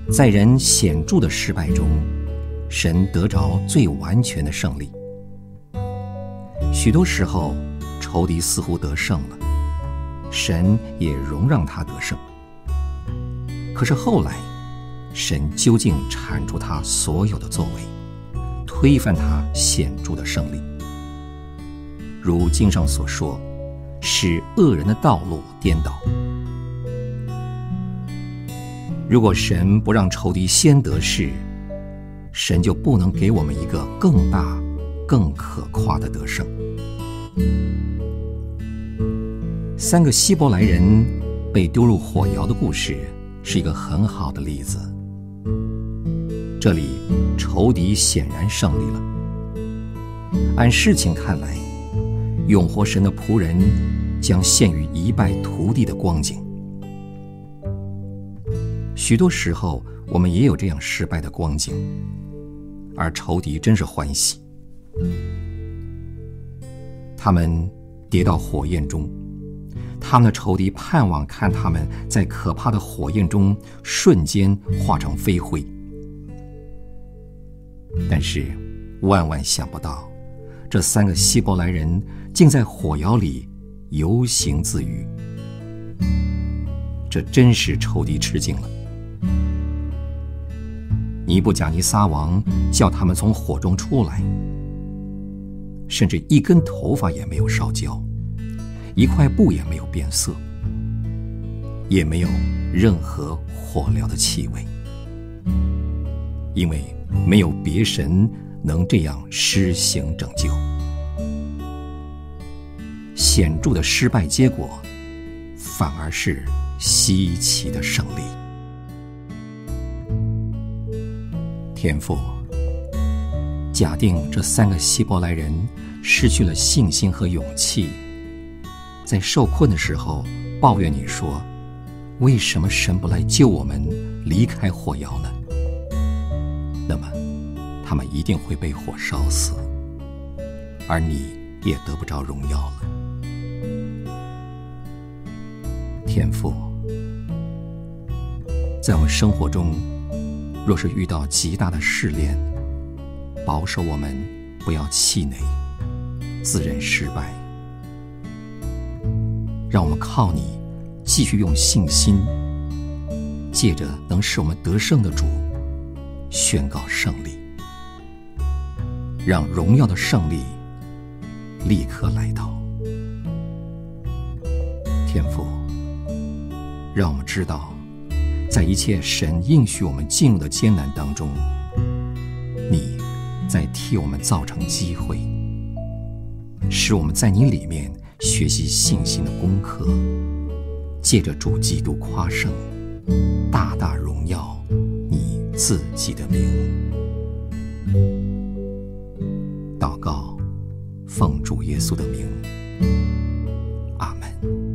在人显著的失败中，神得着最完全的胜利。许多时候，仇敌似乎得胜了，神也容让他得胜。可是后来，神究竟铲除他所有的作为，推翻他显著的胜利。如经上所说，使恶人的道路颠倒。如果神不让仇敌先得势，神就不能给我们一个更大、更可夸的得胜。3个希伯来人被丢入火窑的故事是一个很好的例子。这里仇敌显然胜利了。按事情看来，永活神的仆人将陷于一败涂地的光景。许多时候，我们也有这样失败的光景，而仇敌真是欢喜。他们跌到火焰中，他们的仇敌盼望看他们在可怕的火焰中瞬间化成飞灰。但是万万想不到，这3个希伯来人竟在火窑里游行自娱。这真使仇敌吃惊了。尼布甲尼撒王叫他们从火中出来，甚至一根头发也没有烧焦，一块布也没有变色，也没有任何火燎的气味，因为没有别神能这样施行拯救。显著的失败结果，反而是稀奇的胜利。天父，假定这3个希伯来人失去了信心和勇气，在受困的时候抱怨你说，为什么神不来救我们离开火窑呢？那么他们一定会被火烧死，而你也得不着荣耀了。天父，在我们生活中，若是遇到极大的试炼，保守我们不要气馁，自认失败，让我们靠你继续用信心，借着能使我们得胜的主宣告胜利，让荣耀的胜利立刻来到。天父，让我们知道，在一切神应许我们进入的艰难当中，你在替我们造成机会，使我们在你里面学习信心的功课，借着主基督夸胜，大大荣耀你自己的名。祷告，奉主耶稣的名，阿们。